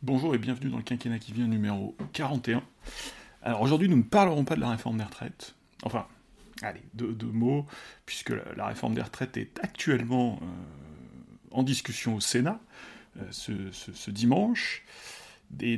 Bonjour et bienvenue dans le quinquennat qui vient numéro 41. Alors aujourd'hui nous ne parlerons pas de la réforme des retraites. Enfin, allez, deux mots, puisque la réforme des retraites est actuellement en discussion au Sénat ce dimanche. Et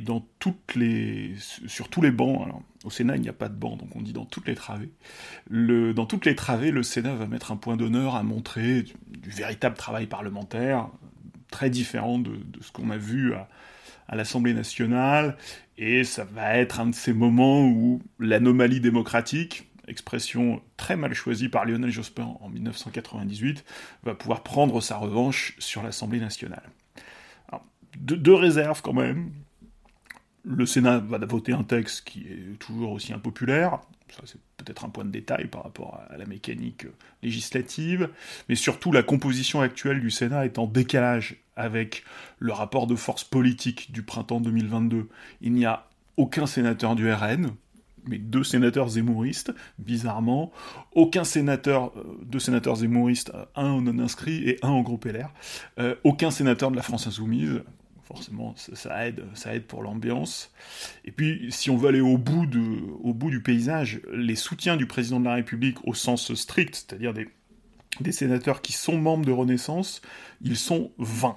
sur tous les bancs, alors, au Sénat il n'y a pas de bancs, donc on dit dans toutes les travées, dans toutes les travées, le Sénat va mettre un point d'honneur à montrer du véritable travail parlementaire, très différent de ce qu'on a vu à l'Assemblée nationale, et ça va être un de ces moments où l'anomalie démocratique, expression très mal choisie par Lionel Jospin en 1998, va pouvoir prendre sa revanche sur l'Assemblée nationale. Alors, deux réserves quand même. Le Sénat va voter un texte qui est toujours aussi impopulaire, ça c'est peut-être un point de détail par rapport à la mécanique législative, mais surtout la composition actuelle du Sénat est en décalage avec le rapport de force politique du printemps 2022. Il n'y a aucun sénateur du RN, mais deux sénateurs zémouristes, bizarrement, deux sénateurs zémouristes, un en non-inscrit et un en groupe LR, aucun sénateur de la France Insoumise. Forcément, ça aide pour l'ambiance. Et puis, si on veut aller au bout du paysage, les soutiens du président de la République au sens strict, c'est-à-dire des sénateurs qui sont membres de Renaissance, ils sont 20.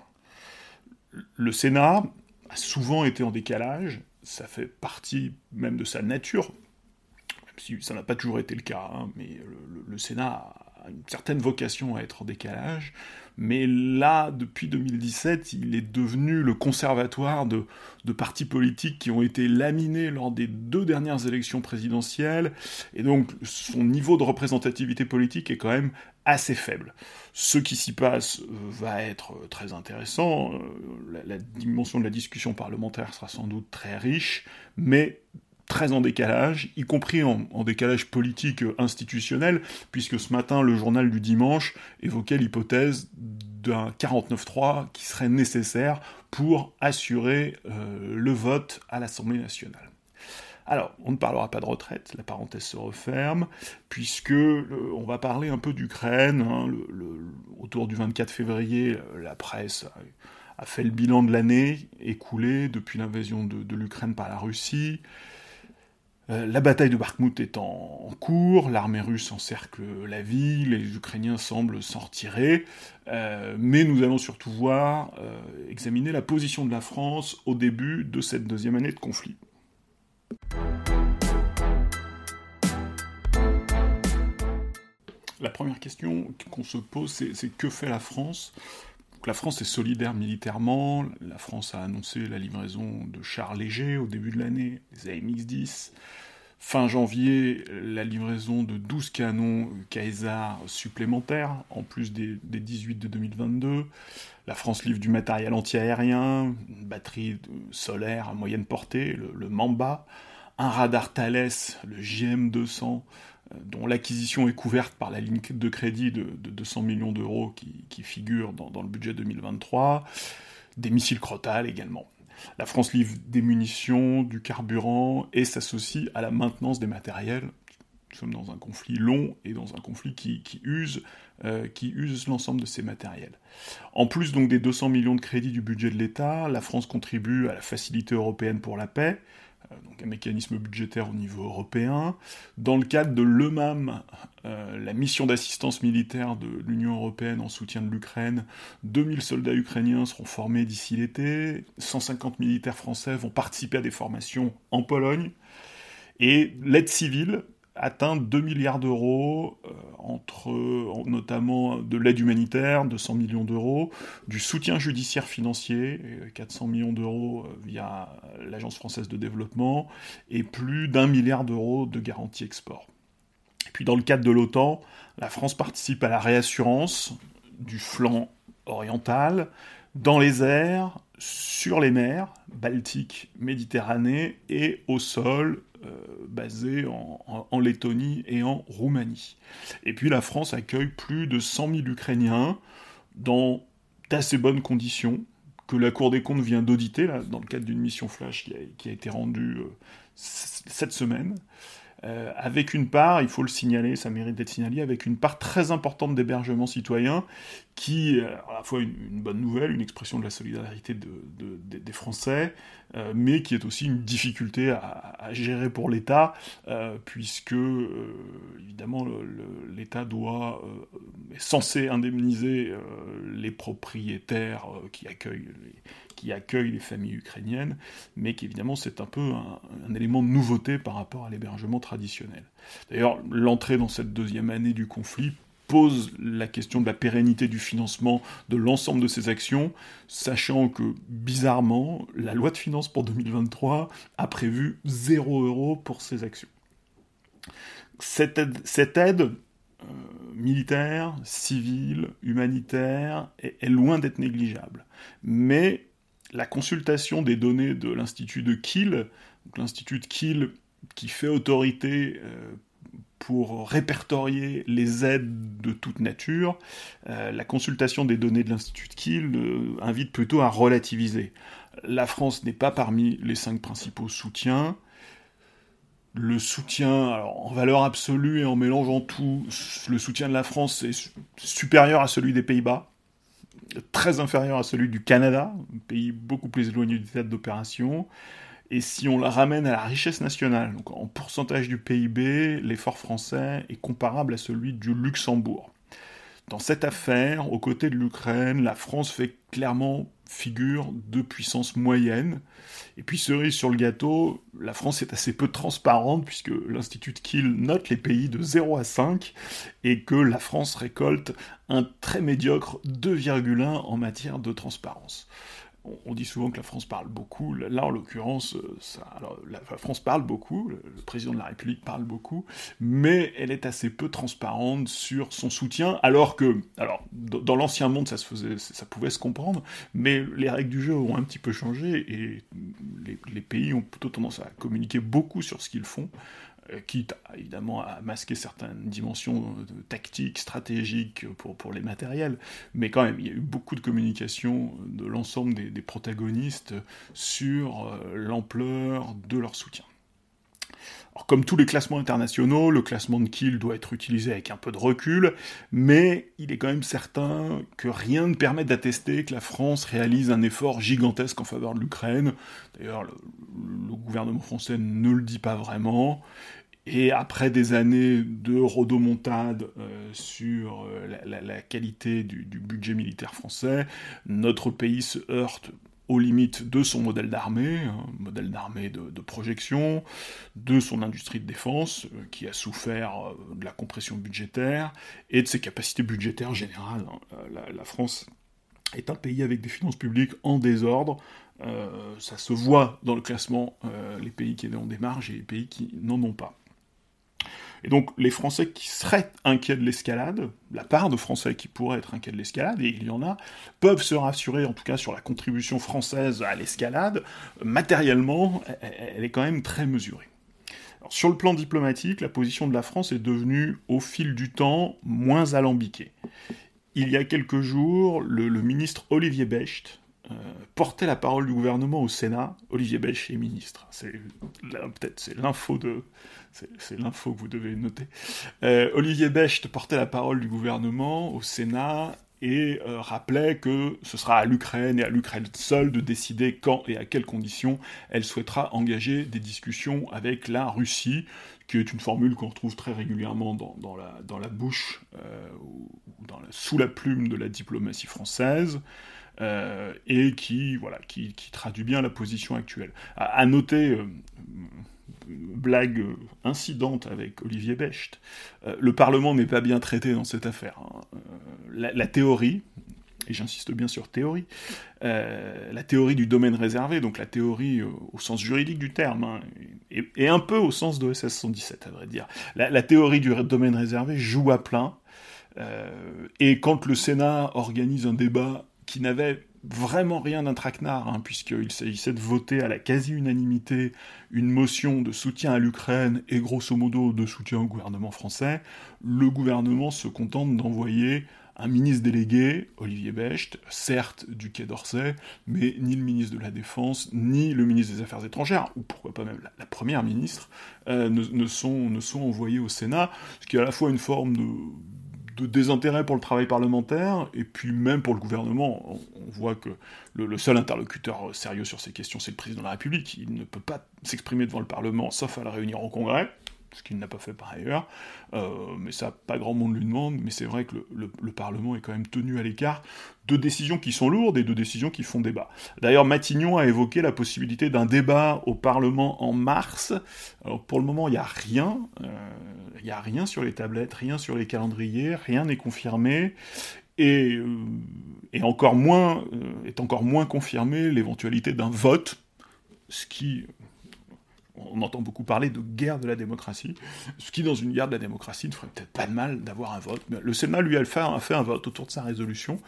Le Sénat a souvent été en décalage, ça fait partie même de sa nature, même si ça n'a pas toujours été le cas, hein, mais le Sénat a une certaine vocation à être en décalage, mais là, depuis 2017, il est devenu le conservatoire de partis politiques qui ont été laminés lors des 2 dernières élections présidentielles, et donc son niveau de représentativité politique est quand même assez faible. Ce qui s'y passe va être très intéressant, la dimension de la discussion parlementaire sera sans doute très riche, mais très en décalage, y compris en décalage politique institutionnel, puisque ce matin, le journal du dimanche évoquait l'hypothèse d'un 49-3 qui serait nécessaire pour assurer le vote à l'Assemblée nationale. Alors, on ne parlera pas de retraite, la parenthèse se referme, puisque on va parler un peu d'Ukraine. Hein, autour du 24 février, la presse a fait le bilan de l'année écoulée depuis l'invasion de l'Ukraine par la Russie. La bataille de Bakhmout est en cours, l'armée russe encercle la ville, les Ukrainiens semblent s'en retirer, mais nous allons surtout examiner la position de la France au début de cette deuxième année de conflit. La première question qu'on se pose, c'est que fait la France ? Donc, la France est solidaire militairement, la France a annoncé la livraison de chars légers au début de l'année, les AMX-10. Fin janvier, la livraison de 12 canons Caesar supplémentaires, en plus des 18 de 2022. La France livre du matériel anti-aérien, une batterie solaire à moyenne portée, le Mamba, un radar Thales, le JM200, dont l'acquisition est couverte par la ligne de crédit de 200 millions d'euros qui figure dans le budget 2023, des missiles Crotale également. La France livre des munitions, du carburant, et s'associe à la maintenance des matériels. Nous sommes dans un conflit long et dans un conflit qui use l'ensemble de ces matériels. En plus donc des 200 millions de crédits du budget de l'État, la France contribue à la Facilité européenne pour la paix, donc un mécanisme budgétaire au niveau européen. Dans le cadre de l'EUMAM, la mission d'assistance militaire de l'Union européenne en soutien de l'Ukraine, 2000 soldats ukrainiens seront formés d'ici l'été, 150 militaires français vont participer à des formations en Pologne, et l'aide civile atteint 2 milliards d'euros, notamment de l'aide humanitaire, 200 millions d'euros, du soutien judiciaire financier, 400 millions d'euros via l'Agence française de développement, et plus d'1 milliard d'euros de garantie export. Et puis dans le cadre de l'OTAN, la France participe à la réassurance du flanc oriental, dans les airs, sur les mers, Baltique, Méditerranée, et au sol, basé en Lettonie et en Roumanie. Et puis la France accueille plus de 100 000 Ukrainiens dans d'assez bonnes conditions, que la Cour des comptes vient d'auditer, là, dans le cadre d'une mission flash qui a été rendue cette semaine. avec une part, il faut le signaler, ça mérite d'être signalé, avec une part très importante d'hébergement citoyen, qui est à la fois une bonne nouvelle, une expression de la solidarité des Français, mais qui est aussi une difficulté à gérer pour l'État, puisque évidemment l'État est censé indemniser les propriétaires qui accueillent les familles ukrainiennes, mais qu'évidemment c'est un peu un élément de nouveauté par rapport à l'hébergement traditionnel. D'ailleurs, l'entrée dans cette deuxième année du conflit pose la question de la pérennité du financement de l'ensemble de ces actions, sachant que, bizarrement, la loi de finances pour 2023 a prévu 0 € pour ces actions. Cette aide militaire, civile, humanitaire, est loin d'être négligeable. Mais la consultation des données de l'Institut de Kiel, donc l'Institut de Kiel qui fait autorité pour répertorier les aides de toute nature, la consultation des données de l'Institut de Kiel invite plutôt à relativiser. La France n'est pas parmi les 5 principaux soutiens. Le soutien, alors, en valeur absolue et en mélangeant tout, le soutien de la France est supérieur à celui des Pays-Bas, très inférieur à celui du Canada, un pays beaucoup plus éloigné du théâtre d'opération. Et si on la ramène à la richesse nationale, donc en pourcentage du PIB, l'effort français est comparable à celui du Luxembourg. Dans cette affaire, aux côtés de l'Ukraine, la France fait clairement figure de puissance moyenne. Et puis, cerise sur le gâteau, la France est assez peu transparente, puisque l'Institut de Kiel note les pays de 0 à 5, et que la France récolte un très médiocre 2,1 en matière de transparence. On dit souvent que la France parle beaucoup. Là, en l'occurrence, la France parle beaucoup, le président de la République parle beaucoup, mais elle est assez peu transparente sur son soutien, alors dans l'ancien monde, ça pouvait se comprendre, mais les règles du jeu ont un petit peu changé, et les pays ont plutôt tendance à communiquer beaucoup sur ce qu'ils font, quitte évidemment à masquer certaines dimensions tactiques, stratégiques pour les matériels, mais quand même, il y a eu beaucoup de communication de l'ensemble des protagonistes sur l'ampleur de leur soutien. Alors, comme tous les classements internationaux, le classement de Kiel doit être utilisé avec un peu de recul, mais il est quand même certain que rien ne permet d'attester que la France réalise un effort gigantesque en faveur de l'Ukraine. D'ailleurs, le gouvernement français ne le dit pas vraiment. Et après des années de rodomontade sur la qualité du budget militaire français, notre pays se heurte aux limites de son modèle d'armée de projection, de son industrie de défense, qui a souffert de la compression budgétaire, et de ses capacités budgétaires générales. La France est un pays avec des finances publiques en désordre. Ça se voit dans le classement, les pays qui ont des marges et les pays qui n'en ont pas. Et donc, les Français qui seraient inquiets de l'escalade, la part de Français qui pourraient être inquiets de l'escalade, et il y en a, peuvent se rassurer, en tout cas sur la contribution française à l'escalade. Matériellement, elle est quand même très mesurée. Alors, sur le plan diplomatique, la position de la France est devenue, au fil du temps, moins alambiquée. Il y a quelques jours, le ministre Olivier Becht portait la parole du gouvernement au Sénat. Olivier Becht est ministre. C'est l'info que vous devez noter. Olivier Becht portait la parole du gouvernement au Sénat et rappelait que ce sera à l'Ukraine et à l'Ukraine seule de décider quand et à quelles conditions elle souhaitera engager des discussions avec la Russie, qui est une formule qu'on retrouve très régulièrement dans la bouche ou sous la plume de la diplomatie française. Et qui traduit bien la position actuelle. À noter, blague incidente avec Olivier Becht, le Parlement n'est pas bien traité dans cette affaire. La théorie, et j'insiste bien sur théorie, la théorie du domaine réservé, donc la théorie au sens juridique du terme, et un peu au sens d'OSS 117, à vrai dire. La théorie du domaine réservé joue à plein, et quand le Sénat organise un débat qui n'avait vraiment rien d'un traquenard, puisqu'il s'agissait de voter à la quasi-unanimité une motion de soutien à l'Ukraine et grosso modo de soutien au gouvernement français, le gouvernement se contente d'envoyer un ministre délégué, Olivier Becht, certes du Quai d'Orsay, mais ni le ministre de la Défense, ni le ministre des Affaires étrangères, ou pourquoi pas même la première ministre, ne sont envoyés au Sénat, ce qui est à la fois une forme de désintérêt pour le travail parlementaire, et puis même pour le gouvernement. On voit que le seul interlocuteur sérieux sur ces questions, c'est le président de la République. Il ne peut pas s'exprimer devant le Parlement, sauf à le réunir au Congrès, ce qu'il n'a pas fait par ailleurs, mais ça, pas grand monde lui demande, mais c'est vrai que le Parlement est quand même tenu à l'écart de décisions qui sont lourdes et de décisions qui font débat. D'ailleurs, Matignon a évoqué la possibilité d'un débat au Parlement en mars. Alors, pour le moment, il n'y a rien sur les tablettes, rien sur les calendriers, rien n'est confirmé, et est encore moins confirmé l'éventualité d'un vote, ce qui... On entend beaucoup parler de guerre de la démocratie, ce qui, dans une guerre de la démocratie, ne ferait peut-être pas de mal d'avoir un vote. Mais le Sénat, lui, a fait un vote autour de sa résolution.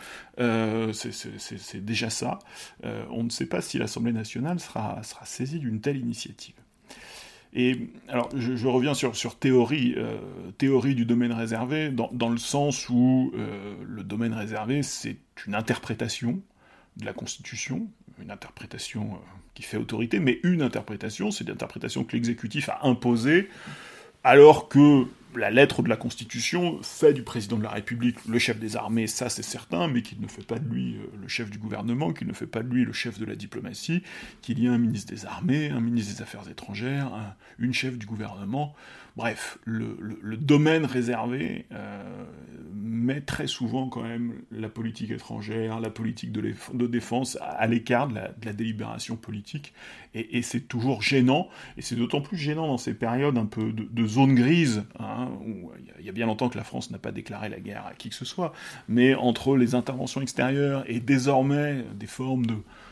C'est déjà ça. On ne sait pas si l'Assemblée nationale sera saisie d'une telle initiative. Et alors, je reviens sur théorie du domaine réservé, dans le sens où le domaine réservé, c'est une interprétation de la Constitution, une interprétation qui fait autorité, mais une interprétation, c'est l'interprétation que l'exécutif a imposée, alors que la lettre de la Constitution fait du président de la République le chef des armées, ça c'est certain, mais qu'il ne fait pas de lui le chef du gouvernement, qu'il ne fait pas de lui le chef de la diplomatie, qu'il y a un ministre des armées, un ministre des Affaires étrangères, une chef du gouvernement. Bref, le domaine réservé met très souvent quand même la politique étrangère, la politique de défense à l'écart de la délibération politique, et c'est toujours gênant, et c'est d'autant plus gênant dans ces périodes un peu de zone grise, hein, où il y a bien longtemps que la France n'a pas déclaré la guerre à qui que ce soit, mais entre les interventions extérieures et désormais des formes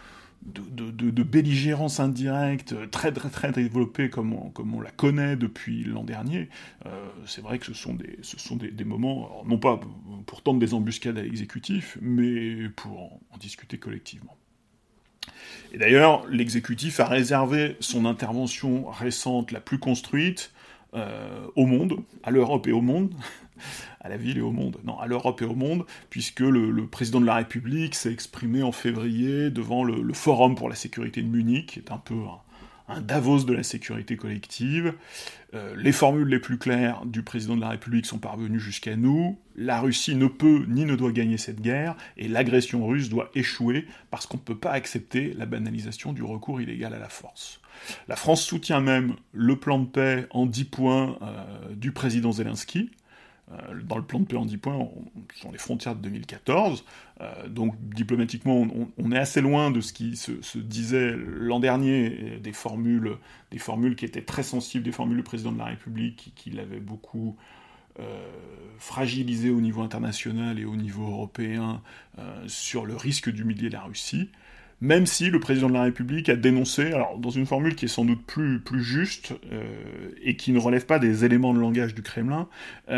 de belligérance indirecte très très très développée comme on la connaît depuis l'an dernier, c'est vrai que ce sont des moments, alors, non pas pour tendre des embuscades à l'exécutif, mais pour en discuter collectivement. Et d'ailleurs, l'exécutif a réservé son intervention récente la plus construite au monde, à l'Europe et au monde, à la ville et au monde, non, à l'Europe et au monde, puisque le président de la République s'est exprimé en février devant le Forum pour la sécurité de Munich, qui est un peu un Davos de la sécurité collective. Les formules les plus claires du président de la République sont parvenues jusqu'à nous. La Russie ne peut ni ne doit gagner cette guerre, et l'agression russe doit échouer, parce qu'on ne peut pas accepter la banalisation du recours illégal à la force. La France soutient même le plan de paix en 10 points du président Zelensky. Dans le plan de paix en 10 points, ce sont les frontières de 2014, donc diplomatiquement on est assez loin de ce qui se disait l'an dernier, des formules qui étaient très sensibles, des formules du président de la République qui l'avaient beaucoup fragilisé au niveau international et au niveau européen sur le risque d'humilier la Russie. Même si le président de la République a dénoncé, alors dans une formule qui est sans doute plus juste, et qui ne relève pas des éléments de langage du Kremlin,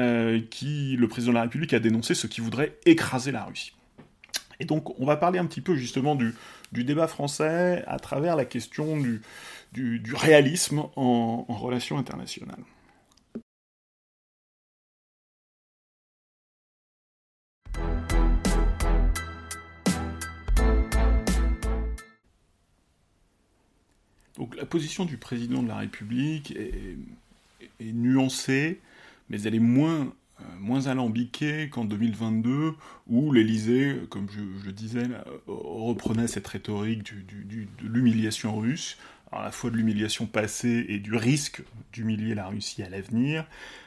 le président de la République a dénoncé ce qui voudrait écraser la Russie. Et donc on va parler un petit peu justement du débat français à travers la question du réalisme en relations internationales. Donc la position du président de la République est nuancée, mais elle est moins alambiquée qu'en 2022, où l'Élysée, comme je le disais, reprenait cette rhétorique de l'humiliation russe, à la fois de l'humiliation passée et du risque d'humilier la Russie à l'avenir,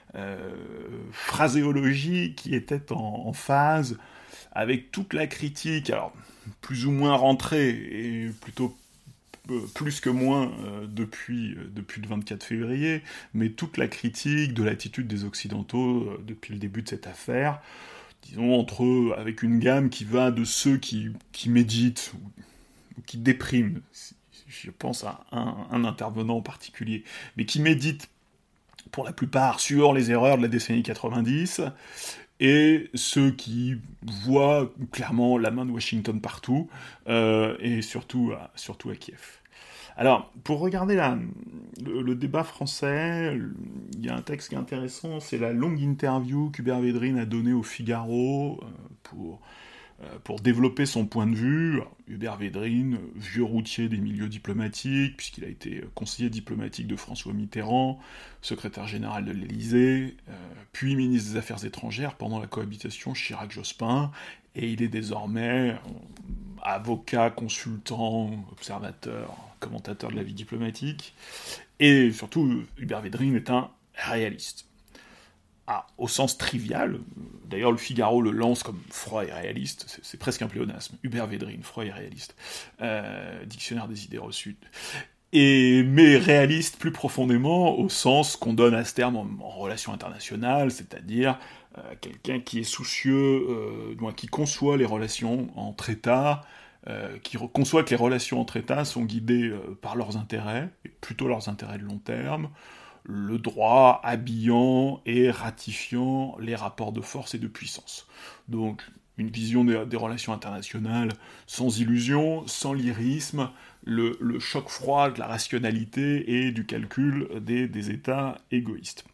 phraséologie qui était en phase avec toute la critique, alors plus ou moins rentrée, et plutôt plus que moins depuis le 24 février, mais toute la critique de l'attitude des Occidentaux depuis le début de cette affaire, disons avec une gamme qui va de ceux qui méditent ou qui dépriment, je pense à un intervenant en particulier, mais qui méditent pour la plupart sur les erreurs de la décennie 90, et ceux qui voient clairement la main de Washington partout, et surtout à Kiev. Alors, pour regarder le débat français, il y a un texte qui est intéressant, c'est la longue interview qu'Hubert Védrine a donnée au Figaro pour développer son point de vue. Alors, Hubert Védrine, vieux routier des milieux diplomatiques, puisqu'il a été conseiller diplomatique de François Mitterrand, secrétaire général de l'Élysée, puis ministre des Affaires étrangères pendant la cohabitation Chirac-Jospin, et il est désormais avocat, consultant, observateur, commentateur de la vie diplomatique, et surtout, Hubert Védrine est un réaliste. Ah, au sens trivial, d'ailleurs le Figaro le lance comme froid et réaliste, c'est presque un pléonasme, Hubert Védrine, froid et réaliste, dictionnaire des idées reçues, mais réaliste plus profondément au sens qu'on donne à ce terme en relations internationales, c'est-à-dire quelqu'un qui est soucieux, qui conçoit les relations entre États, qui conçoit que les relations entre États sont guidées par leurs intérêts, et plutôt leurs intérêts de long terme, le droit habillant et ratifiant les rapports de force et de puissance. Donc, une vision des relations internationales sans illusion, sans lyrisme, le choc froid de la rationalité et du calcul des États égoïstes.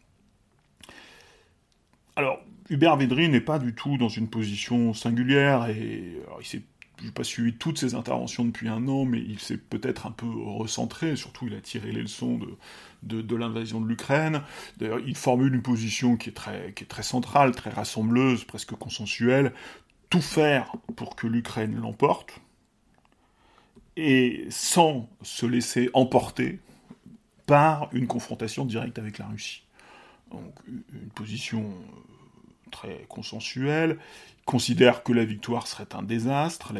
Alors, Hubert Védrine n'est pas du tout dans une position singulière, et alors, je n'ai pas suivi toutes ses interventions depuis un an, mais il s'est peut-être un peu recentré, surtout il a tiré les leçons de l'invasion de l'Ukraine. D'ailleurs, il formule une position qui est très centrale, très rassembleuse, presque consensuelle, tout faire pour que l'Ukraine l'emporte, et sans se laisser emporter par une confrontation directe avec la Russie. Donc, une position très consensuelle, considère que la victoire russe serait un désastre,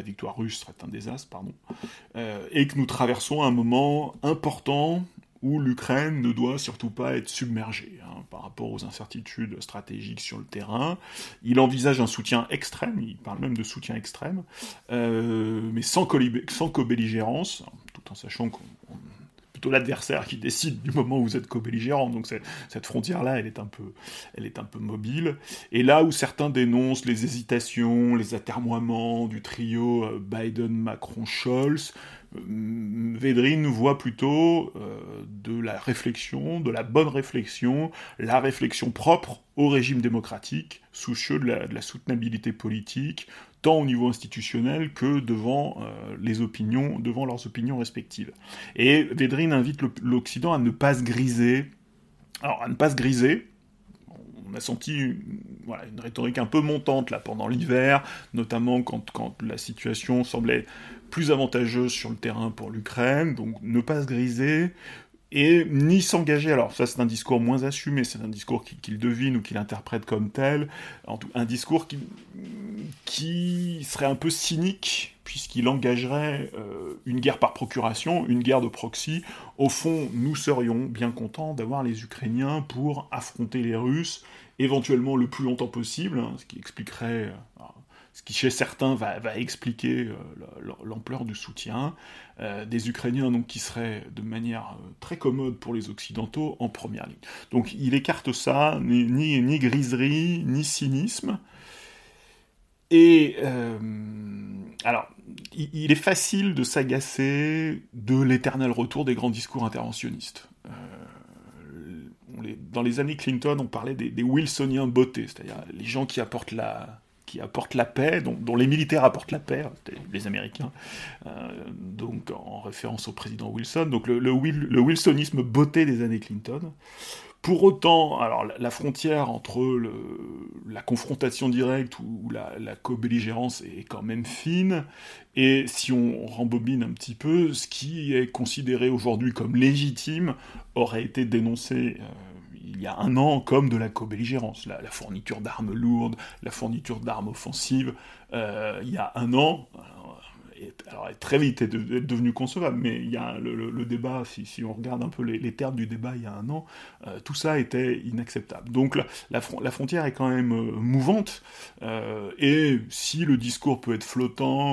et que nous traversons un moment important où l'Ukraine ne doit surtout pas être submergée par rapport aux incertitudes stratégiques sur le terrain. Il envisage un soutien extrême, il parle même de soutien extrême, mais sans co-belligérance, tout en sachant qu'on plutôt l'adversaire qui décide du moment où vous êtes co-belligérant, donc cette frontière-là, elle est un peu mobile. Et là où certains dénoncent les hésitations, les atermoiements du trio Biden, Macron, Scholz, Védrine voit plutôt de la réflexion, de la bonne réflexion, la réflexion propre au régime démocratique, soucieux de la soutenabilité politique, tant au niveau institutionnel que devant leurs opinions respectives. Et Védrine invite l'Occident à ne pas se griser. Alors, à ne pas se griser, on a senti une rhétorique un peu montante là pendant l'hiver, notamment quand la situation semblait plus avantageuse sur le terrain pour l'Ukraine, donc ne pas se griser, et ni s'engager, alors ça c'est un discours moins assumé, c'est un discours qu'il devine ou qu'il interprète comme tel, un discours qui serait un peu cynique, puisqu'il engagerait une guerre par procuration, une guerre de proxy. Au fond, nous serions bien contents d'avoir les Ukrainiens pour affronter les Russes, éventuellement le plus longtemps possible, ce qui expliquerait... ce qui chez certains va expliquer l'ampleur du soutien, des Ukrainiens donc, qui seraient de manière très commode pour les Occidentaux en première ligne. Donc il écarte ça, ni griserie, ni cynisme. Et alors, il est facile de s'agacer de l'éternel retour des grands discours interventionnistes. Dans les années Clinton, on parlait des Wilsoniens bottés, c'est-à-dire les gens qui apportent la paix, dont les militaires apportent la paix, les Américains, donc en référence au président Wilson, donc le wilsonisme botté des années Clinton. Pour autant, alors la frontière entre la confrontation directe ou la co-belligérance est quand même fine, et si on rembobine un petit peu, ce qui est considéré aujourd'hui comme légitime aurait été dénoncé il y a un an comme de la co-belligérance, la fourniture d'armes lourdes, la fourniture d'armes offensives, il y a un an... Alors, très vite est devenu concevable, mais il y a le débat, si on regarde un peu les termes du débat il y a un an, tout ça était inacceptable. Donc la frontière est quand même mouvante, et si le discours peut être flottant,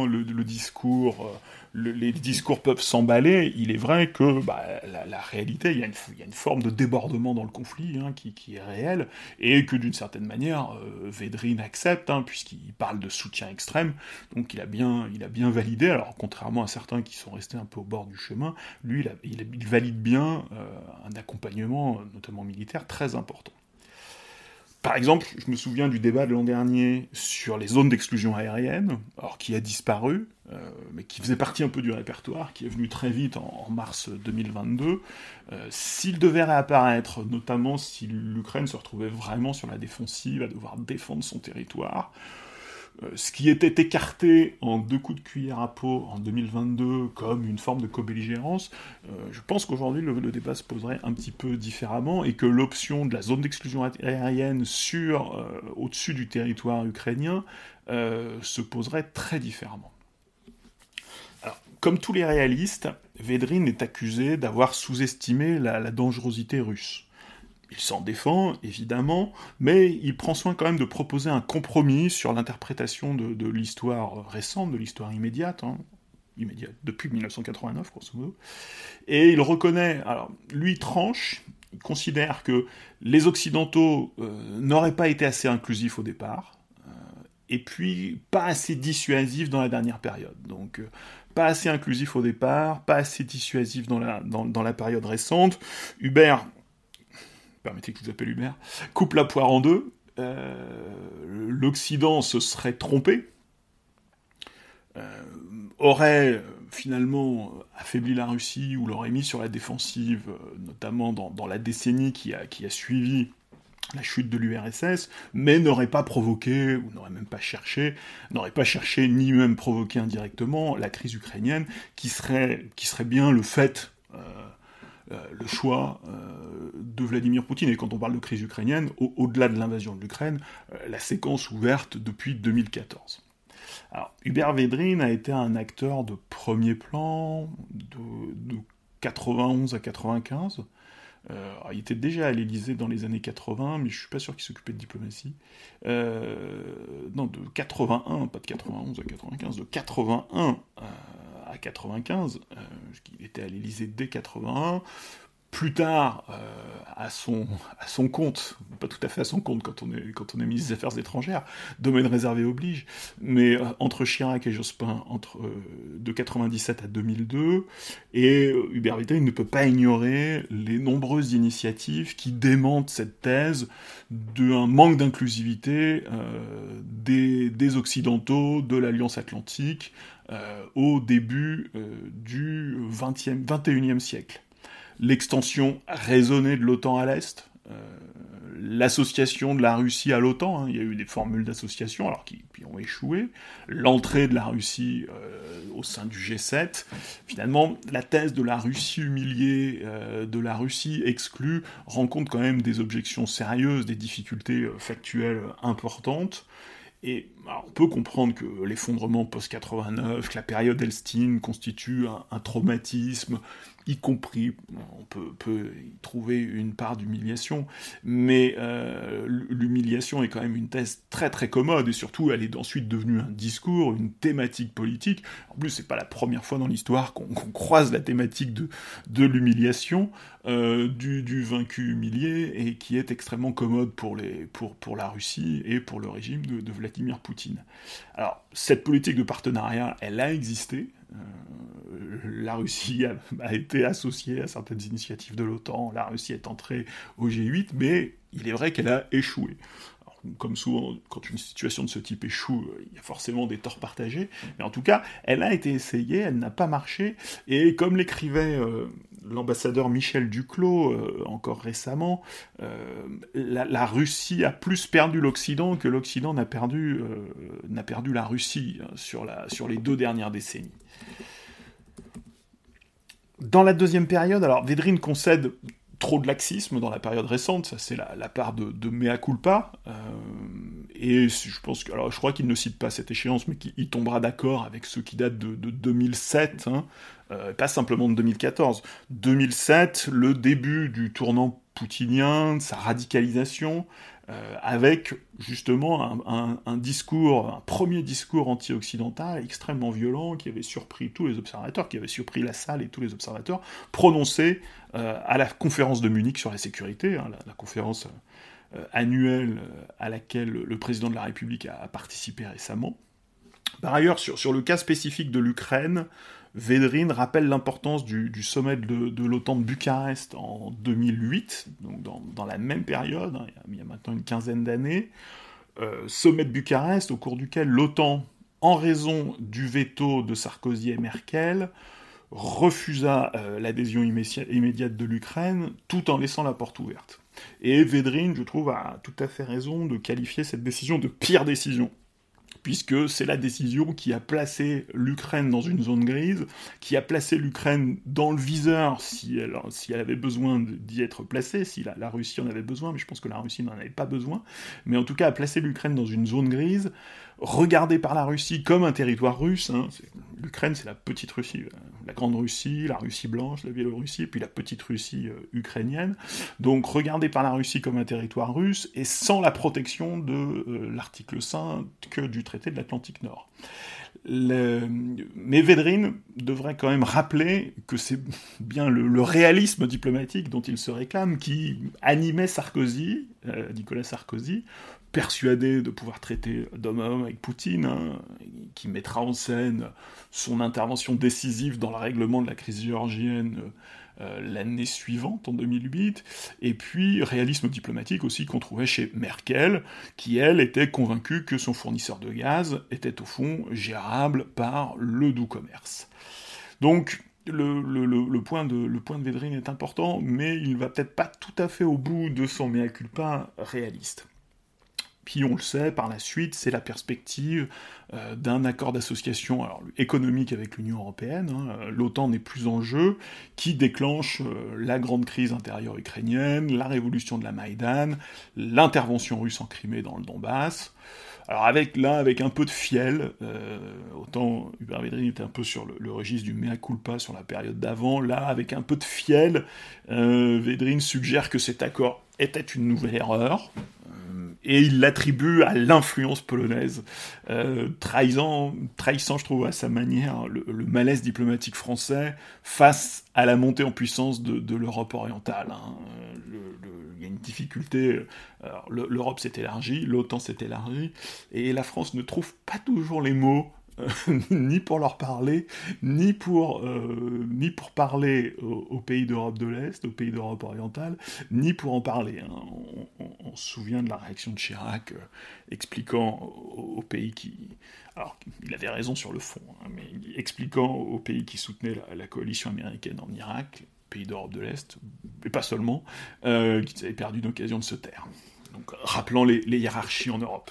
les discours peuvent s'emballer, il est vrai que la réalité, il y a une forme de débordement dans le conflit qui est réelle, et que d'une certaine manière, Védrine accepte, puisqu'il parle de soutien extrême, donc il a bien validé, alors contrairement à certains qui sont restés un peu au bord du chemin, lui il valide bien un accompagnement, notamment militaire, très important. Par exemple, je me souviens du débat de l'an dernier sur les zones d'exclusion aérienne, alors qui a disparu, mais qui faisait partie un peu du répertoire, qui est venu très vite en mars 2022. S'il devait réapparaître, notamment si l'Ukraine se retrouvait vraiment sur la défensive, à devoir défendre son territoire, ce qui était écarté en 2 coups de cuillère à peau en 2022 comme une forme de co-belligérance, je pense qu'aujourd'hui le débat se poserait un petit peu différemment et que l'option de la zone d'exclusion aérienne au-dessus du territoire ukrainien se poserait très différemment. Alors, comme tous les réalistes, Védrine est accusé d'avoir sous-estimé la dangerosité russe. Il s'en défend, évidemment, mais il prend soin quand même de proposer un compromis sur l'interprétation de l'histoire récente, de l'histoire immédiate, immédiate depuis 1989, grosso modo. Et il reconnaît, alors, lui tranche, il considère que les Occidentaux n'auraient pas été assez inclusifs au départ, et puis pas assez dissuasifs dans la dernière période. Donc, pas assez inclusif au départ, pas assez dissuasif dans la période récente. Hubert, permettez que je vous appelle Hubert, coupe la poire en deux. L'Occident se serait trompé, aurait finalement affaibli la Russie ou l'aurait mis sur la défensive, notamment dans la décennie qui a suivi la chute de l'URSS, mais n'aurait pas provoqué, ou n'aurait pas cherché ni même provoqué indirectement la crise ukrainienne, qui serait bien le fait, le choix de Vladimir Poutine. Et quand on parle de crise ukrainienne, au-delà de l'invasion de l'Ukraine, la séquence ouverte depuis 2014. Alors, Hubert Védrine a été un acteur de premier plan de 91 à 95. Il était déjà à l'Élysée dans les années 80, mais je suis pas sûr qu'il s'occupait de diplomatie. Non, de 81, pas de 91 à 95, de 81 à 95, il était à l'Élysée dès 81. Plus tard, à son compte, pas tout à fait à son compte quand on est ministre des Affaires étrangères, domaine réservé oblige, mais entre Chirac et Jospin, de 97 à 2002, et Hubert Védrine ne peut pas ignorer les nombreuses initiatives qui démentent cette thèse d'un manque d'inclusivité des Occidentaux, de l'Alliance Atlantique, au début du 21e siècle. L'extension raisonnée de l'OTAN à l'Est, l'association de la Russie à l'OTAN, il y a eu des formules d'association alors qui ont échoué, l'entrée de la Russie au sein du G7, finalement la thèse de la Russie humiliée, de la Russie exclue, rencontre quand même des objections sérieuses, des difficultés factuelles importantes. Et alors, on peut comprendre que l'effondrement post-89, que la période Elstine constitue un traumatisme, y compris, on peut y trouver une part d'humiliation, mais l'humiliation est quand même une thèse très très commode, et surtout elle est ensuite devenue un discours, une thématique politique. En plus, c'est pas la première fois dans l'histoire qu'on croise la thématique de l'humiliation, du vaincu humilié, et qui est extrêmement commode pour la Russie et pour le régime de Vladimir Poutine. Alors, cette politique de partenariat, elle a existé. La Russie a été associée à certaines initiatives de l'OTAN, la Russie est entrée au G8, mais il est vrai qu'elle a échoué. Alors, comme souvent, quand une situation de ce type échoue, il y a forcément des torts partagés, mais en tout cas, elle a été essayée, elle n'a pas marché, et comme l'écrivait l'ambassadeur Michel Duclos, encore récemment, la Russie a plus perdu l'Occident que l'Occident n'a perdu la Russie sur les 2 dernières décennies. Dans la deuxième période, alors Védrine concède trop de laxisme dans la période récente, ça c'est la part de mea culpa, et je pense que, alors je crois qu'il ne cite pas cette échéance, mais qu'il tombera d'accord avec ceux qui datent de 2007, pas simplement de 2014. 2007, le début du tournant poutinien, de sa radicalisation, avec justement un premier discours anti-occidental extrêmement violent qui avait surpris tous les observateurs, qui avait surpris la salle et tous les observateurs, prononcé à la conférence de Munich sur la sécurité, la conférence annuelle à laquelle le président de la République a participé récemment. Par ailleurs, sur le cas spécifique de l'Ukraine, Védrine rappelle l'importance du sommet de l'OTAN de Bucarest en 2008, donc dans la même période, hein, il y a maintenant une quinzaine d'années. Sommet de Bucarest, au cours duquel l'OTAN, en raison du veto de Sarkozy et Merkel, refusa l'adhésion immédiate de l'Ukraine, tout en laissant la porte ouverte. Et Védrine, je trouve, a tout à fait raison de qualifier cette décision de pire décision, puisque c'est la décision qui a placé l'Ukraine dans une zone grise, qui a placé l'Ukraine dans le viseur si elle avait besoin d'y être placée, si la Russie en avait besoin, mais je pense que la Russie n'en avait pas besoin, mais en tout cas a placé l'Ukraine dans une zone grise, regardée par la Russie comme un territoire russe. Hein. L'Ukraine, c'est la petite Russie, la grande Russie, la Russie blanche, la Biélorussie, et puis la petite Russie ukrainienne. Donc regardée par la Russie comme un territoire russe, et sans la protection de l'article 5 du traité de l'Atlantique Nord. Mais Védrine devrait quand même rappeler que c'est bien le réalisme diplomatique dont il se réclame qui animait Sarkozy, Nicolas Sarkozy, persuadé de pouvoir traiter d'homme à homme avec Poutine, hein, qui mettra en scène son intervention décisive dans le règlement de la crise géorgienne l'année suivante, en 2008, et puis réalisme diplomatique aussi qu'on trouvait chez Merkel, qui elle était convaincue que son fournisseur de gaz était au fond gérable par le doux commerce. Donc le point de Védrine est important, mais il va peut-être pas tout à fait au bout de son mea culpa réaliste. Puis on le sait, par la suite, c'est la perspective d'un accord d'association économique avec l'Union européenne, hein, l'OTAN n'est plus en jeu, qui déclenche la grande crise intérieure ukrainienne, la révolution de la Maïdan, l'intervention russe en Crimée dans le Donbass. Alors avec un peu de fiel, autant Hubert Védrine était un peu sur le registre du mea culpa sur la période d'avant, là avec un peu de fiel, Védrine suggère que cet accord était une nouvelle erreur, et il l'attribue à l'influence polonaise, trahissant, je trouve, à sa manière, le malaise diplomatique français face à la montée en puissance de l'Europe orientale. Hein. Il y a une difficulté, l'Europe s'est élargie, l'OTAN s'est élargie, et la France ne trouve pas toujours les mots, ni pour leur parler, ni pour parler aux pays d'Europe de l'Est, aux pays d'Europe orientale, ni pour en parler. Hein. On se souvient de la réaction de Chirac expliquant aux pays qui... Alors, il avait raison sur le fond, hein, mais expliquant aux pays qui soutenaient la coalition américaine en Irak, les pays d'Europe de l'Est, et pas seulement, qu'ils avaient perdu une occasion de se taire. Donc, rappelant les hiérarchies en Europe.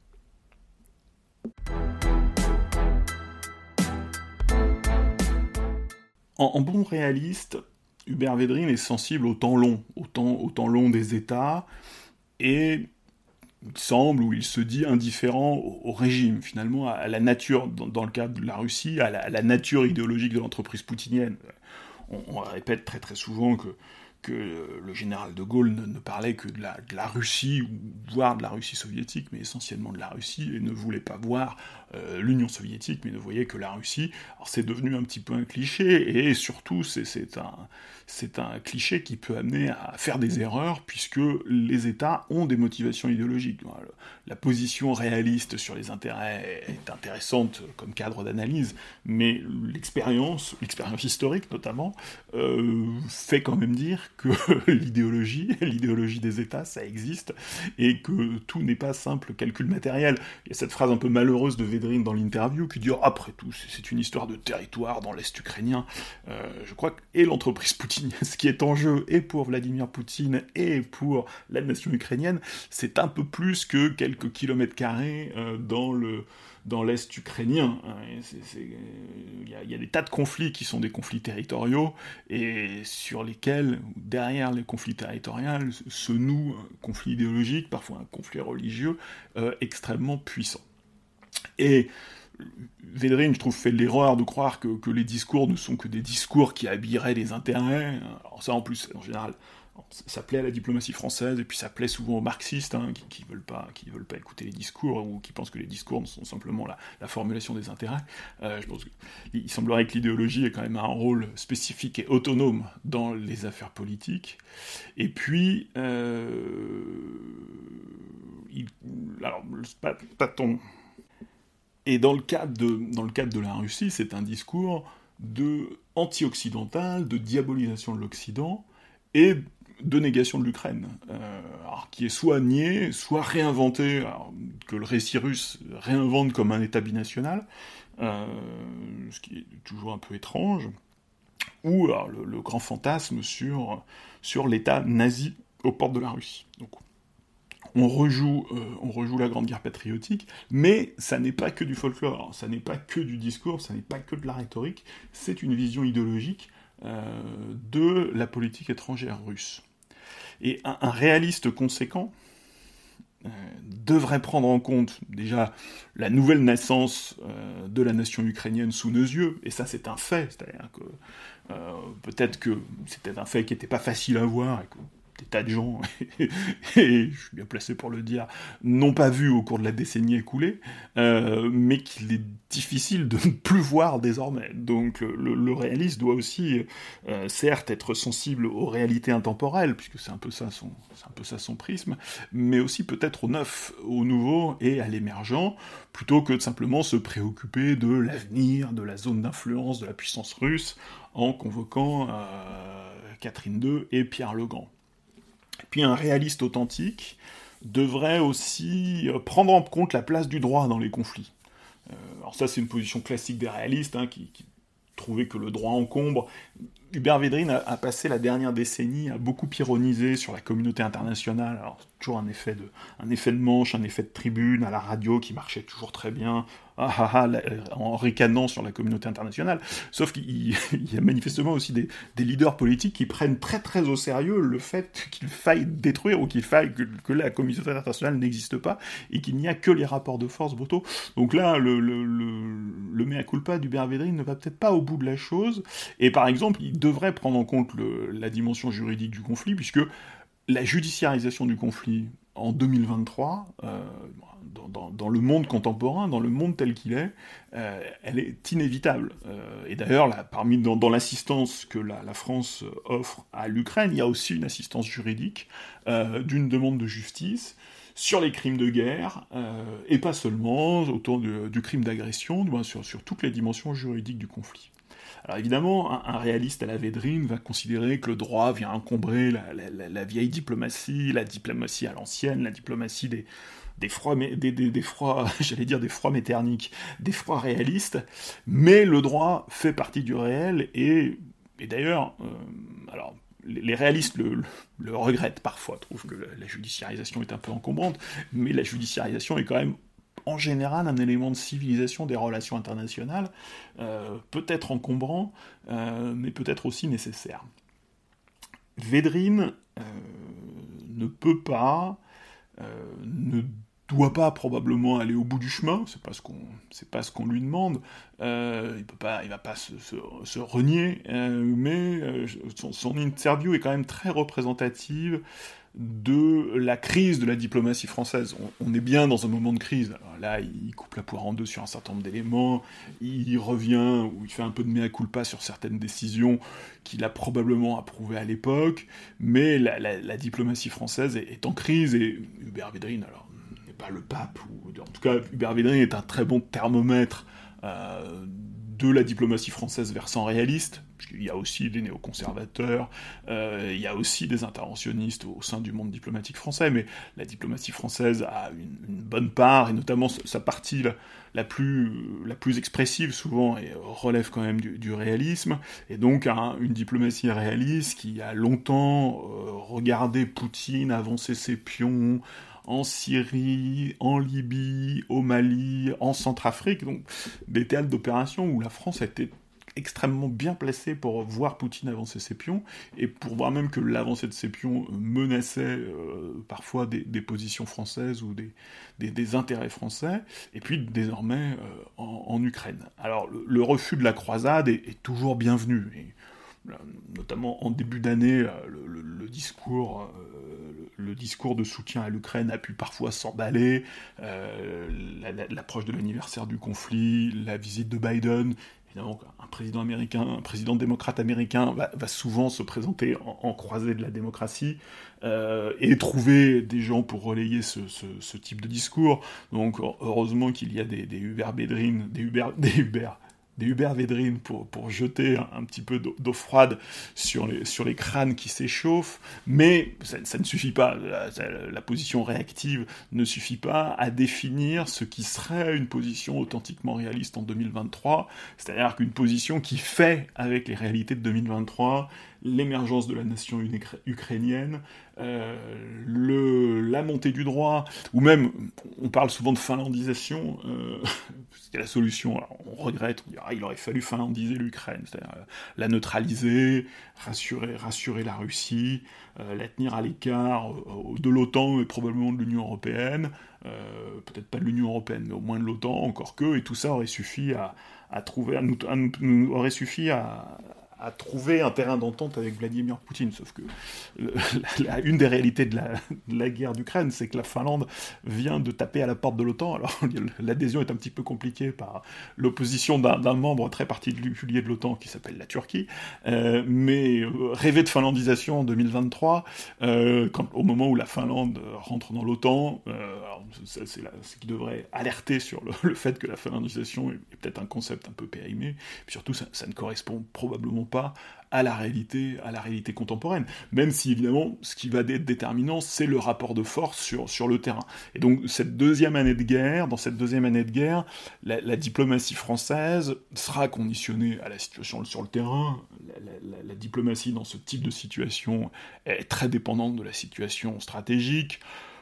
En bon réaliste, Hubert Védrine est sensible au temps long des États, et il semble, ou il se dit indifférent au régime, finalement, à la nature, dans le cas de la Russie, à la nature idéologique de l'entreprise poutinienne. On répète très très souvent que le général de Gaulle ne parlait que de la Russie, voire de la Russie soviétique, mais essentiellement de la Russie, et ne voulait pas voir l'Union soviétique, mais ne voyait que la Russie. Alors c'est devenu un petit peu un cliché, et surtout c'est un cliché qui peut amener à faire des erreurs, puisque les États ont des motivations idéologiques. La position réaliste sur les intérêts est intéressante comme cadre d'analyse, mais l'expérience historique notamment, fait quand même dire que l'idéologie des États, ça existe, et que tout n'est pas simple calcul matériel. Il y a cette phrase un peu malheureuse de Védrine dans l'interview qui dit « Après tout, c'est une histoire de territoire dans l'Est ukrainien ». Je crois que l'entreprise poutinienne, ce qui est en jeu, et pour Vladimir Poutine, et pour la nation ukrainienne, c'est un peu plus que quelques kilomètres carrés dans l'Est ukrainien. Il y a des tas de conflits qui sont des conflits territoriaux, et sur lesquels, derrière les conflits territoriaux, se noue un conflit idéologique, parfois un conflit religieux, extrêmement puissant. Et Védrine, je trouve, fait l'erreur de croire que les discours ne sont que des discours qui habilleraient les intérêts. Alors ça, en plus, en général, ça plaît à la diplomatie française, et puis ça plaît souvent aux marxistes, hein, qui veulent pas écouter les discours, ou qui pensent que les discours sont simplement la formulation des intérêts. Je pense qu'il semblerait que l'idéologie ait quand même un rôle spécifique et autonome dans les affaires politiques. Et puis, Et dans le cadre de la Russie, c'est un discours de anti-occidental, de diabolisation de l'Occident, et de négation de l'Ukraine, alors qui est soit nié, soit réinventé, alors, que le récit russe réinvente comme un État binational, ce qui est toujours un peu étrange, ou alors, le grand fantasme sur l'État nazi aux portes de la Russie. Donc, on rejoue la Grande Guerre patriotique, mais ça n'est pas que du folklore, ça n'est pas que du discours, ça n'est pas que de la rhétorique, c'est une vision idéologique de la politique étrangère russe. Et un réaliste conséquent devrait prendre en compte déjà la nouvelle naissance de la nation ukrainienne sous nos yeux, et ça c'est un fait, c'est-à-dire que peut-être que c'était un fait qui n'était pas facile à voir, et que des tas de gens, et je suis bien placé pour le dire, n'ont pas vu au cours de la décennie écoulée, mais qu'il est difficile de ne plus voir désormais. Donc le réaliste doit aussi, certes, être sensible aux réalités intemporelles, puisque c'est un peu ça son prisme, mais aussi peut-être au neuf, au nouveau et à l'émergent, plutôt que de simplement se préoccuper de l'avenir, de la zone d'influence de la puissance russe, en convoquant Catherine II et Pierre le Grand. Puis un réaliste authentique devrait aussi prendre en compte la place du droit dans les conflits. Alors ça, c'est une position classique des réalistes, qui trouvaient que le droit encombre. Hubert Védrine a passé la dernière décennie à beaucoup ironiser sur la communauté internationale. Alors, toujours un effet de manche, un effet de tribune à la radio qui marchait toujours très bien, en ricanant sur la communauté internationale. Sauf qu'il y a manifestement aussi des leaders politiques qui prennent très très au sérieux le fait qu'il faille détruire ou qu'il faille que la communauté internationale n'existe pas et qu'il n'y a que les rapports de force brutaux. Donc là, le mea culpa d'Hubert Védrine ne va peut-être pas au bout de la chose. Et par exemple, il devrait prendre en compte la dimension juridique du conflit, puisque la judiciarisation du conflit en 2023, dans le monde contemporain, dans le monde tel qu'il est, elle est inévitable. Et d'ailleurs, dans l'assistance que la France offre à l'Ukraine, il y a aussi une assistance juridique d'une demande de justice sur les crimes de guerre, et pas seulement autour du crime d'agression, sur toutes les dimensions juridiques du conflit. Alors évidemment, un réaliste à la Védrine va considérer que le droit vient encombrer la vieille diplomatie, la diplomatie à l'ancienne, la diplomatie des froids j'allais dire des froids méterniques, des froids réalistes, mais le droit fait partie du réel, et d'ailleurs, alors, les réalistes le regrettent parfois, trouvent que la judiciarisation est un peu encombrante, mais la judiciarisation est quand même en général un élément de civilisation des relations internationales, peut-être encombrant, mais peut-être aussi nécessaire. Védrine ne peut pas, ne doit pas probablement aller au bout du chemin, c'est pas ce qu'on lui demande, il va pas se renier, mais son interview est quand même très représentative de la crise de la diplomatie française. On est bien dans un moment de crise. Alors là, il coupe la poire en deux sur un certain nombre d'éléments, il revient, ou il fait un peu de mea culpa sur certaines décisions qu'il a probablement approuvées à l'époque, mais la diplomatie française est en crise, et Hubert Védrine, alors, n'est pas le pape, ou en tout cas, Hubert Védrine est un très bon thermomètre de la diplomatie française versant réaliste, puisqu'il y a aussi des néoconservateurs, il y a aussi des interventionnistes au sein du monde diplomatique français, mais la diplomatie française a une bonne part, et notamment sa partie la plus expressive souvent, et relève quand même du réalisme, et donc une diplomatie réaliste qui a longtemps regardé Poutine avancer ses pions en Syrie, en Libye, au Mali, en Centrafrique, donc des théâtres d'opération où la France a été extrêmement bien placée pour voir Poutine avancer ses pions, et pour voir même que l'avancée de ses pions menaçait parfois des positions françaises ou des intérêts français, et puis désormais en Ukraine. Alors le refus de la croisade est toujours bienvenu, et notamment en début d'année, le discours de soutien à l'Ukraine a pu parfois s'emballer, l'approche de l'anniversaire du conflit, la visite de Biden. Évidemment, un président démocrate américain va souvent se présenter en croisée de la démocratie et trouver des gens pour relayer ce type de discours. Donc heureusement qu'il y a des Hubert Védrine, des Hubert Hubert Védrine pour jeter un petit peu d'eau froide sur les crânes qui s'échauffent, mais ça ne suffit pas. La position réactive ne suffit pas à définir ce qui serait une position authentiquement réaliste en 2023, c'est-à-dire qu'une position qui fait avec les réalités de 2023 l'émergence de la nation ukrainienne, la montée du droit, ou même, on parle souvent de finlandisation, c'était la solution, alors on regrette, on dira, il aurait fallu finlandiser l'Ukraine, c'est-à-dire la neutraliser, rassurer la Russie, la tenir à l'écart de l'OTAN et probablement de l'Union Européenne, peut-être pas de l'Union Européenne, mais au moins de l'OTAN, encore que, et tout ça aurait suffi aurait suffi à trouver un terrain d'entente avec Vladimir Poutine. Sauf que une des réalités de la guerre d'Ukraine, c'est que la Finlande vient de taper à la porte de l'OTAN. Alors l'adhésion est un petit peu compliquée par l'opposition d'un membre très particulier de l'OTAN qui s'appelle la Turquie. Mais rêver de finlandisation en 2023, au moment où la Finlande rentre dans l'OTAN, c'est ce qui devrait alerter sur le fait que la finlandisation est peut-être un concept un peu périmé. Puis surtout, ça ne correspond probablement pas à la réalité contemporaine. Même si, évidemment, ce qui va être déterminant, c'est le rapport de force sur le terrain. Et donc, dans cette deuxième année de guerre, la diplomatie française sera conditionnée à la situation sur le terrain. La diplomatie dans ce type de situation est très dépendante de la situation stratégique.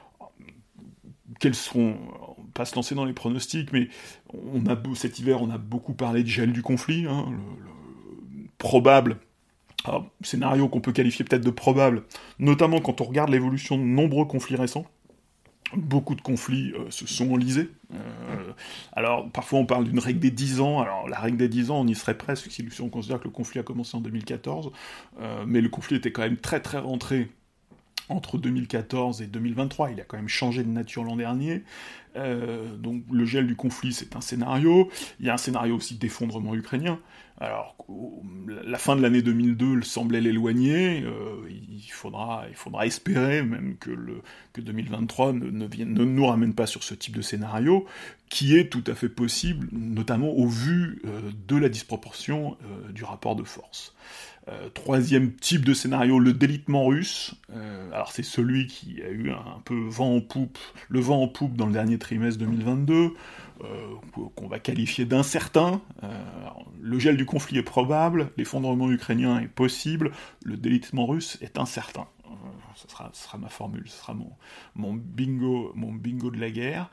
Quels seront... On va pas se lancer dans les pronostics, mais cet hiver, on a beaucoup parlé de gel du conflit, hein, probable, scénario qu'on peut qualifier peut-être de probable, notamment quand on regarde l'évolution de nombreux conflits récents. Beaucoup de conflits se sont enlisés. Alors, parfois on parle d'une règle des 10 ans. Alors, la règle des 10 ans, on y serait presque si on considère que le conflit a commencé en 2014. Mais le conflit était quand même très très rentré entre 2014 et 2023, il a quand même changé de nature l'an dernier. Donc le gel du conflit, c'est un scénario. Il y a un scénario aussi d'effondrement ukrainien. Alors, la fin de l'année 2002 semblait l'éloigner. Il faudra espérer même que 2023 ne nous ramène pas sur ce type de scénario, qui est tout à fait possible, notamment au vu de la disproportion du rapport de force. Troisième type de scénario, le délitement russe. Alors c'est celui qui a eu un peu le vent en poupe dans le dernier trimestre 2022, qu'on va qualifier d'incertain. Le gel du conflit est probable, l'effondrement ukrainien est possible, le délitement russe est incertain. Ce sera ma formule, ce sera mon bingo de la guerre.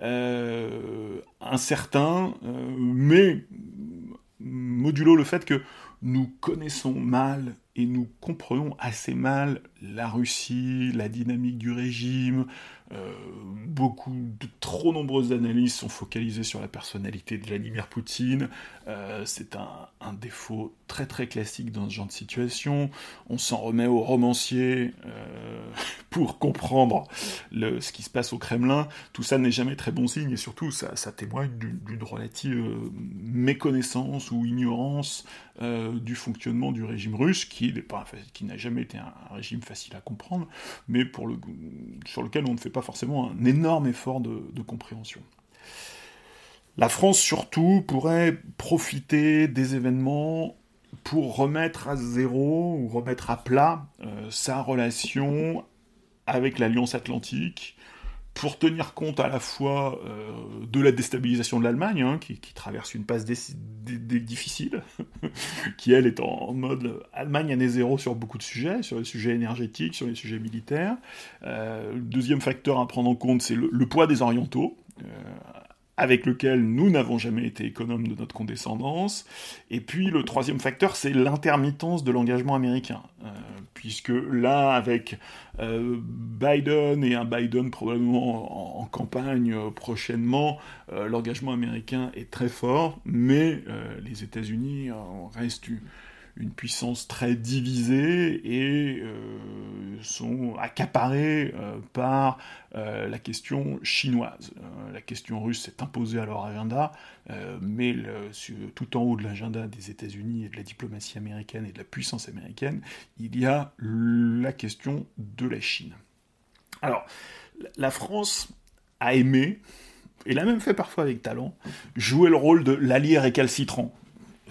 Incertain, mais modulo le fait que nous connaissons mal et nous comprenons assez mal la Russie, la dynamique du régime. Trop nombreuses analyses sont focalisées sur la personnalité de Vladimir Poutine. C'est un défaut très très classique dans ce genre de situation. On s'en remet aux romanciers pour comprendre ce qui se passe au Kremlin. Tout ça n'est jamais très bon signe et surtout ça témoigne d'une relative méconnaissance ou ignorance du fonctionnement du régime russe, qui n'a jamais été un régime facile à comprendre, mais sur lequel on ne fait pas forcément un énorme effort de compréhension. La France, surtout, pourrait profiter des événements pour remettre à zéro ou remettre à plat sa relation avec l'Alliance Atlantique, pour tenir compte à la fois de la déstabilisation de l'Allemagne, hein, qui traverse une passe difficile, qui elle est en mode Allemagne année zéro sur beaucoup de sujets, sur les sujets énergétiques, sur les sujets militaires. Le deuxième facteur à prendre en compte, c'est le poids des orientaux, avec lequel nous n'avons jamais été économes de notre condescendance. Et puis le troisième facteur, c'est l'intermittence de l'engagement américain. Puisque là, avec Biden et un Biden probablement en campagne prochainement, l'engagement américain est très fort, mais les États-Unis restent une puissance très divisée et sont accaparés par la question chinoise. La question russe s'est imposée à leur agenda, mais tout en haut de l'agenda des États-Unis et de la diplomatie américaine et de la puissance américaine, il y a la question de la Chine. Alors, la France a aimé, et l'a même fait parfois avec talent, jouer le rôle de l'allié récalcitrant.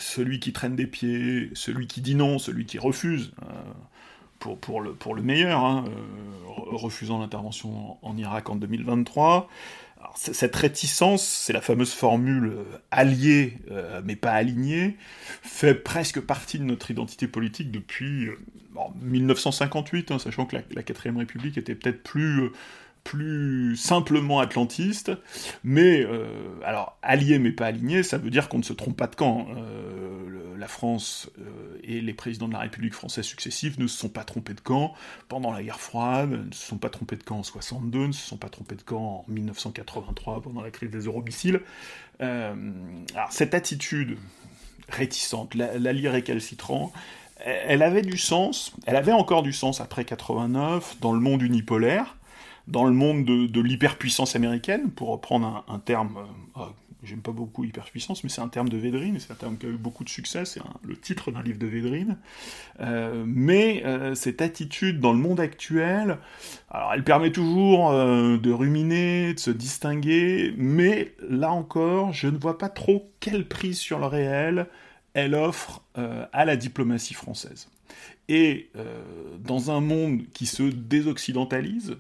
celui qui traîne des pieds, celui qui dit non, celui qui refuse, pour le meilleur, hein, refusant l'intervention en Irak en 2023. Alors, cette réticence, c'est la fameuse formule allié mais pas aligné, fait presque partie de notre identité politique depuis 1958, hein, sachant que la 4ème République était peut-être plus simplement atlantiste, mais alors allié mais pas aligné, ça veut dire qu'on ne se trompe pas de camp. La France et les présidents de la République française successifs ne se sont pas trompés de camp pendant la guerre froide, ne se sont pas trompés de camp en 62, ne se sont pas trompés de camp en 1983 pendant la crise des euromissiles. Alors cette attitude réticente, l'allié récalcitrant, elle avait du sens, elle avait encore du sens après 89 dans le monde unipolaire, dans le monde de l'hyperpuissance américaine, pour reprendre un terme, j'aime pas beaucoup hyperpuissance, mais c'est un terme de Védrine, c'est un terme qui a eu beaucoup de succès, c'est le titre d'un livre de Védrine, mais cette attitude dans le monde actuel, alors elle permet toujours de ruminer, de se distinguer, mais là encore, je ne vois pas trop quelle prise sur le réel elle offre à la diplomatie française. Et dans un monde qui se désoccidentalise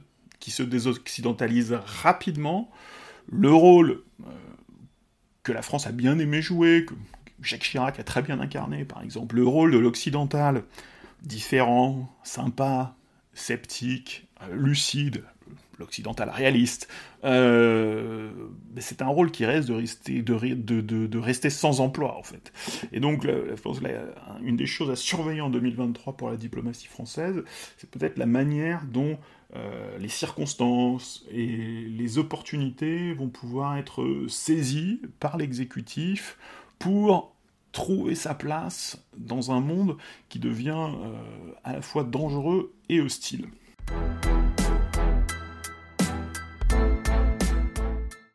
rapidement, le rôle que la France a bien aimé jouer, que Jacques Chirac a très bien incarné, par exemple, le rôle de l'occidental, différent, sympa, sceptique, lucide, l'occidental réaliste, c'est un rôle qui reste de rester sans emploi, en fait. Et donc, je pense que une des choses à surveiller en 2023 pour la diplomatie française, c'est peut-être la manière dont les circonstances et les opportunités vont pouvoir être saisies par l'exécutif pour trouver sa place dans un monde qui devient à la fois dangereux et hostile.